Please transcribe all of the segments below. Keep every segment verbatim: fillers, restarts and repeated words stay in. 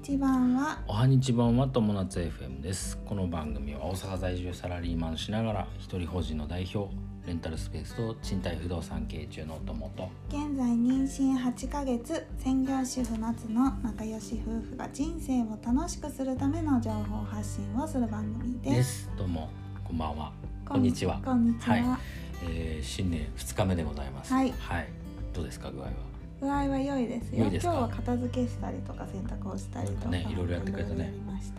ち版はおはにち版は友達 エフエム です。この番組は大阪在住サラリーマンしながら一人法人の代表、レンタルスペースと賃貸不動産経営中の友と現在妊娠はちかげつ専業主婦夏の仲良し夫婦が人生を楽しくするための情報発信をする番組です。 ですどうもこんばんは、こんにちは。 こんにちは、 はいえー、新年ふつかめでございます。 はい、 はい、どうですか具合は？ 具合は良いですよ。 良いですか？ 今日は片付けしたりとか洗濯をしたりとかね、いろいろやってくれたね。 いろいろやりました。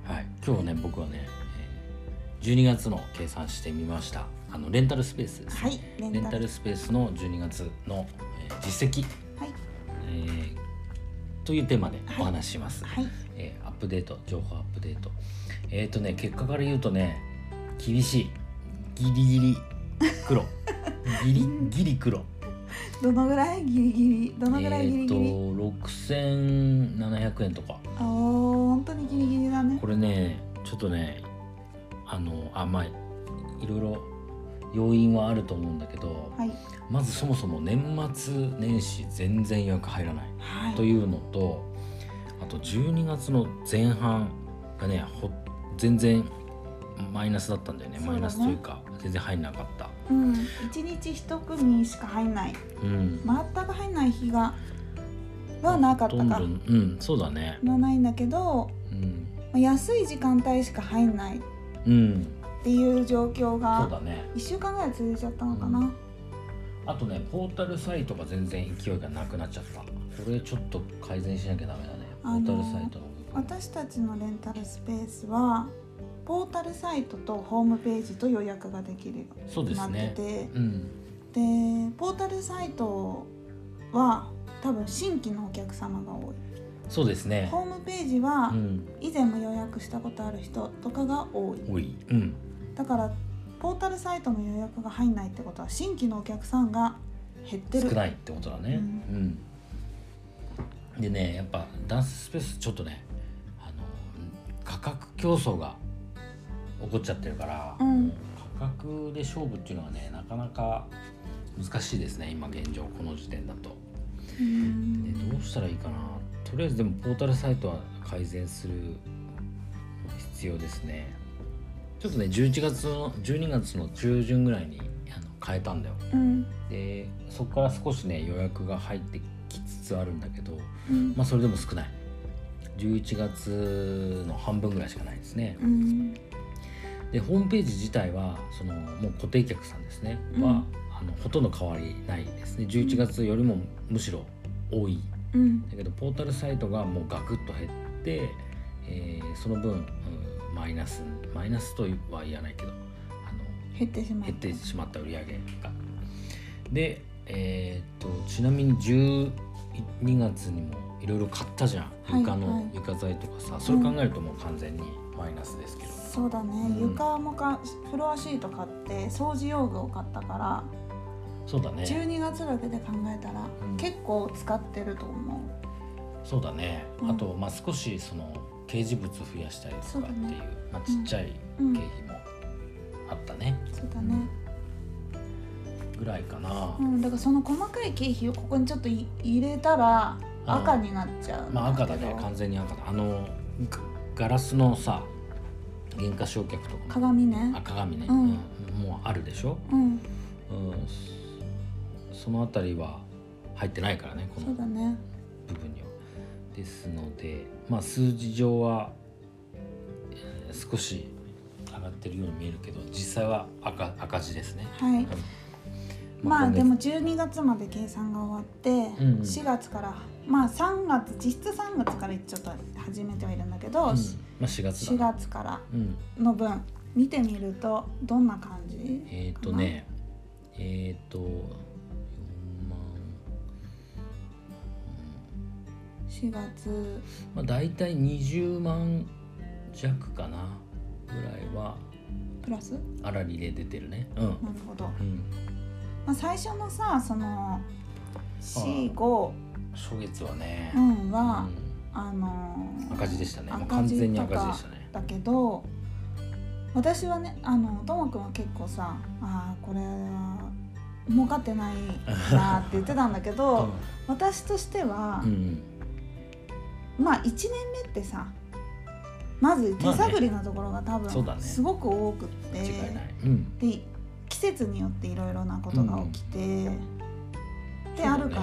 はい、今日ね、はい、僕はね、えー、じゅうにがつの計算してみました。あのレンタルスペースです、ね。 はい、 レンタル、レンタルスペースのじゅうにがつの、えー、実績、 はいえー、というテーマでお話しします。 はいはいえー、アップデート、情報アップデート。えっ、ー、とね、結果から言うとね、厳しい、ギリギリ黒、ギリギリ黒。 どのぐらいギリギリどのぐらいギリギリ、 えー、とろくせんななひゃくえんとか。 あー本当にギリギリだね。 これねちょっとねあのあまあいろいろ要因はあると思うんだけど、 はい、 まずそもそも年末年始全然予約入らない、 はい、 というのと、あとじゅうにがつの前半がねほ全然マイナスだったんだよ ね, そうだねマイナスというか全然入んなかった。 うん、いちにちひとくみしか入んない、 うん、 全く入んない日がはなかったか、 ほとんど、うん、そうだね、 はないんだけど、 うん、 安い時間帯しか入んないっていう状況がそうだね、 いっしゅうかんぐらい続いちゃったのかな、うん、 あとねポータルサイトが全然勢いがなくなっちゃった。これちょっと改善しなきゃダメだね。ポータルサイトの部分、 私たちのレンタルスペースはポータルサイトとホームページと予約ができるようになってて、 ね、うん、 でポータルサイトは多分新規のお客様が多い。 そうですね。 ホームページは以前も予約したことある人とかが多い、 多い、うん、 だからポータルサイトの予約が入んないってことは新規のお客さんが減ってる、 少ないってことだね、うんうん、でねやっぱダンススペースちょっとねあの価格競争が起こっちゃってるから、 うん、 価格で勝負っていうのはねなかなか難しいですね今現状この時点だと。 うんでどうしたらいいかな。とりあえずでもポータルサイトは改善する必要ですね。ちょっとねじゅういちがつのじゅうにがつの中旬ぐらいにあの変えたんだよ、 うん、 でそこから少しね予約が入ってきつつあるんだけど、 うん、 まあそれでも少ない。じゅういちがつの半分ぐらいしかないですね、 うん、 でホームページ自体はそのもう固定客さんですね、 うん、 はあのほとんど変わりないですね。じゅういちがつよりもむしろ多い、 うん、 だけどポータルサイトがもうガクッと減って、えー、その分、うん、マイナスマイナスとは言わないけどあの減ってしまった減ってしまった売り上げがで、えー、とちなみにじゅうにがつにもいろいろ買ったじゃん、 はい、 床の、 はい、 床材とかさ、それ考えるともう完全にマイナスですけど、うん、 そうだね、うん、床もかフロアシート買って掃除用具を買ったからそうだねじゅうにがつだけで考えたら、うん、結構使ってると思う。 そうだね、うん、あと、まあ、少しその掲示物増やしたりとかっていう、ねまあ、ちっちゃい経費もあったね、 うん、そうだね、 ぐらいかな、 うん、だからその細かい経費をここにちょっと入れたら赤になっちゃう、 うん、まあ赤だね、完全に赤だ。あのガラスのさ減価償却とか鏡ね、 あ鏡ね、 うんうん、もうあるでしょ、 うんうん、 そのあたりは入ってないからねこの部そうだね分には。ですのでまあ数字上は、えー、少し上がってるように見えるけど実際は 赤, 赤字ですね。 はい、うんまあでもじゅうにがつまで計算が終わって、うんうん、しがつからまあさんがつ実質さんがつからちょっと始めてはいるんだけど、うんまあ、しがつだしがつからの分、うん、見てみるとどんな感じ？ えっ、ー、とねえっ、ー、とよんまん、 うん、しがつ、 まあ、だいたいにじゅうまん弱かなぐらいはプラスあらりで出てるね、うん、なるほど、うんまあ、最初のさそのよん、ご初月はね、 うん、は、うん、あのー、赤字でしたね。もう完全に赤字でしたね。 だけど私はねあのともくんは結構さあこれは儲かってないなって言ってたんだけど、うん、私としては、うん、 まあいちねんめってさまず手探りのところが多分すごく多くって、 間違いない、うん、 で季節によっていろいろなことが起きて、うん、であるから、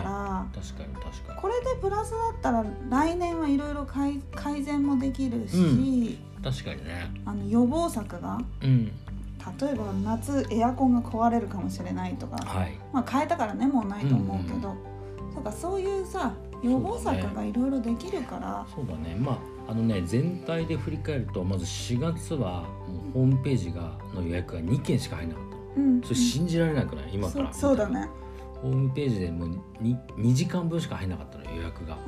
ね、確かに確かにこれでプラスだったら来年はいろいろ改善もできるし、 うん、確かにねあの予防策が、うん、例えば夏エアコンが壊れるかもしれないとか、はい、まあ変えたからねもうないと思うけど、うんうん、そうかそういうさ予防策がいろいろできるからそうだね、まああのね全体で振り返るとまずしがつはもうホームページがの予約がにけんしか入んなかった、うん、それ信じられなくない今からそ、そうだねホームページでもう 2, にじかんぶんしか入んなかったの予約が、うん、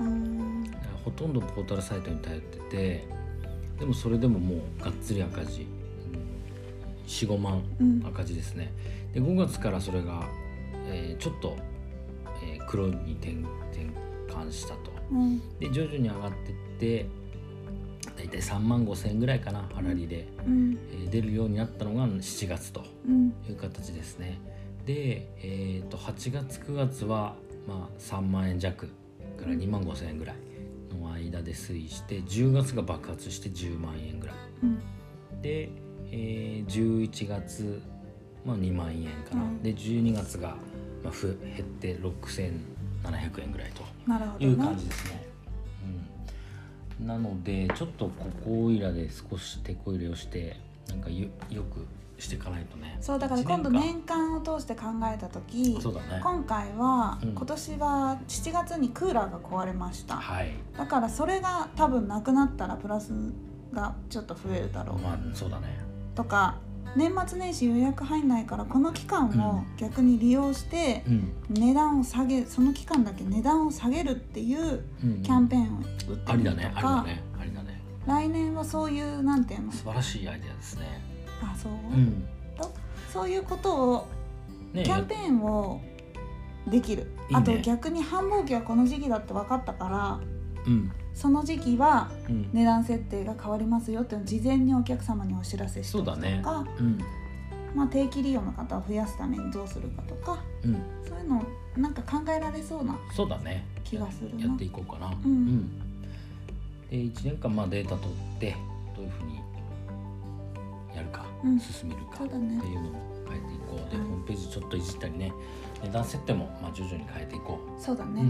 だからほとんどポータルサイトに頼っててでもそれでももうがっつり赤字、うん、よん、ごまん赤字ですね、うん、でごがつからそれが、えー、ちょっと、えー、黒に転換したと、うん、で徐々に上がってってだいたいさんまんごせんえんぐらいかな粗利で、うんえー、出るようになったのがしちがつという形ですね、うん、で、えー、とはちがつくがつは、まあ、さんまんえん弱からにまんごせんえんぐらいの間で推移してじゅうがつが爆発してじゅうまんえんぐらい、うん、で、えー、じゅういちがつ、まあ、にまんえんかな、うん、でじゅうにがつが、まあ、ふ減ってろくせんななひゃくえんぐらいという感じですね。うん、なのでちょっとここいらで少し手こ入れをしてなんか よ, よくしていかないとね。 そうだから今度年間を通して考えた時そうだ、ね、 今回は、うん、今年はしちがつにクーラーが壊れました、はい、だからそれが多分なくなったらプラスがちょっと増えるだろう、 まあ、そうだねとか年末年始予約入んないからこの期間を逆に利用して値段を下げその期間だけ値段を下げるっていうキャンペーンを打ってみるとか、 ありだねありだねありだね来年はそういうなんていうの素晴らしいアイデアですね。 あそう、うん、とそういうことを、ね、キャンペーンをできるいい、ね、あと逆に繁忙期はこの時期だって分かったから、うん、その時期は値段設定が変わりますよっていうのを事前にお客様にお知らせしておくとか、ねうんまあ、定期利用の方を増やすためにどうするかとか、うん、そういうのなんか考えられそうな気がするな。 や, やっていこうかな、うんうん、でいちねんかんまあデータ取ってどういうふうにやるか、うん、進めるかっていうのを変えていこう、で、はい、ホームページちょっといじったりね値段設定もまあ徐々に変えていこう。 そうだね、うん、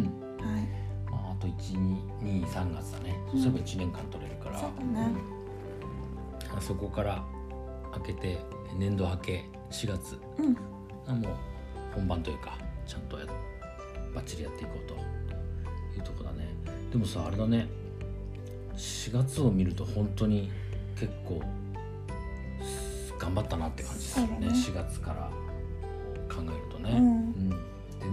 はいまあ、あといち、に、さんがつだね、うん、そうすればいちねんかん取れるからそうだね、 うん、そこから開けて年度明けしがつ、うん、もう本番というかちゃんとやバッチリやっていこうというとこだね。でもさあれだねしがつを見ると本当に結構頑張ったなって感じですよ ね, ねしがつから考えるとね、うんうん、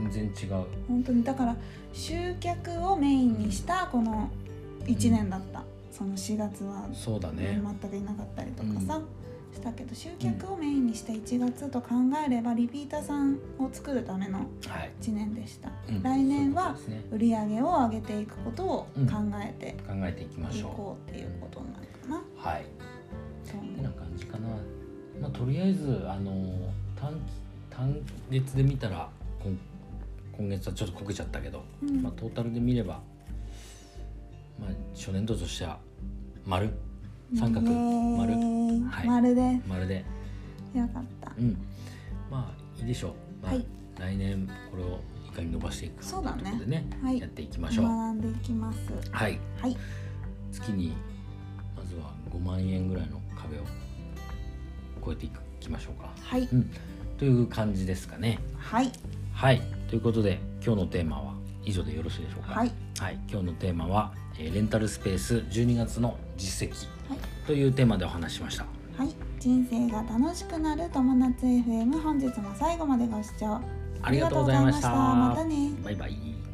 全然違う。 本当にだから集客をメインにしたこのいちねんだった、うん、そのしがつはそうだね全くいなかったりとかさ、うん、したけど集客をメインにしたいちがつと考えればリピーターさんを作るためのいちねんでした、はいうん、来年は売り上げを上げていくことを考えて、 うん、考えていきましょういこうっていうことになるかな。 はいそんな感じかな。まあ、とりあえずあの 短, 短月で見たら今, 今月はちょっとこけちゃったけど、うんまあ、トータルで見れば、まあ、初年度としては丸三角丸、 はい、丸で丸でよかった、 うん、まあいいでしょう、まあはい、来年これをいかに伸ばしていくかということでね、はい、やっていきましょう。 学んでいきます。 はい、はい、月にまずはごまんえんぐらいの壁を超えていきましょうか。 はい、 うん、という感じですかね。 はいはいということで今日のテーマは以上でよろしいでしょうか。 はい、 はい、今日のテーマは、えー、レンタルスペースじゅうにがつの実績というテーマでお話ししました。 はい、人生が楽しくなる友達 エフエム 本日も最後までご視聴ありがとうございました。 またね。 バイバイ。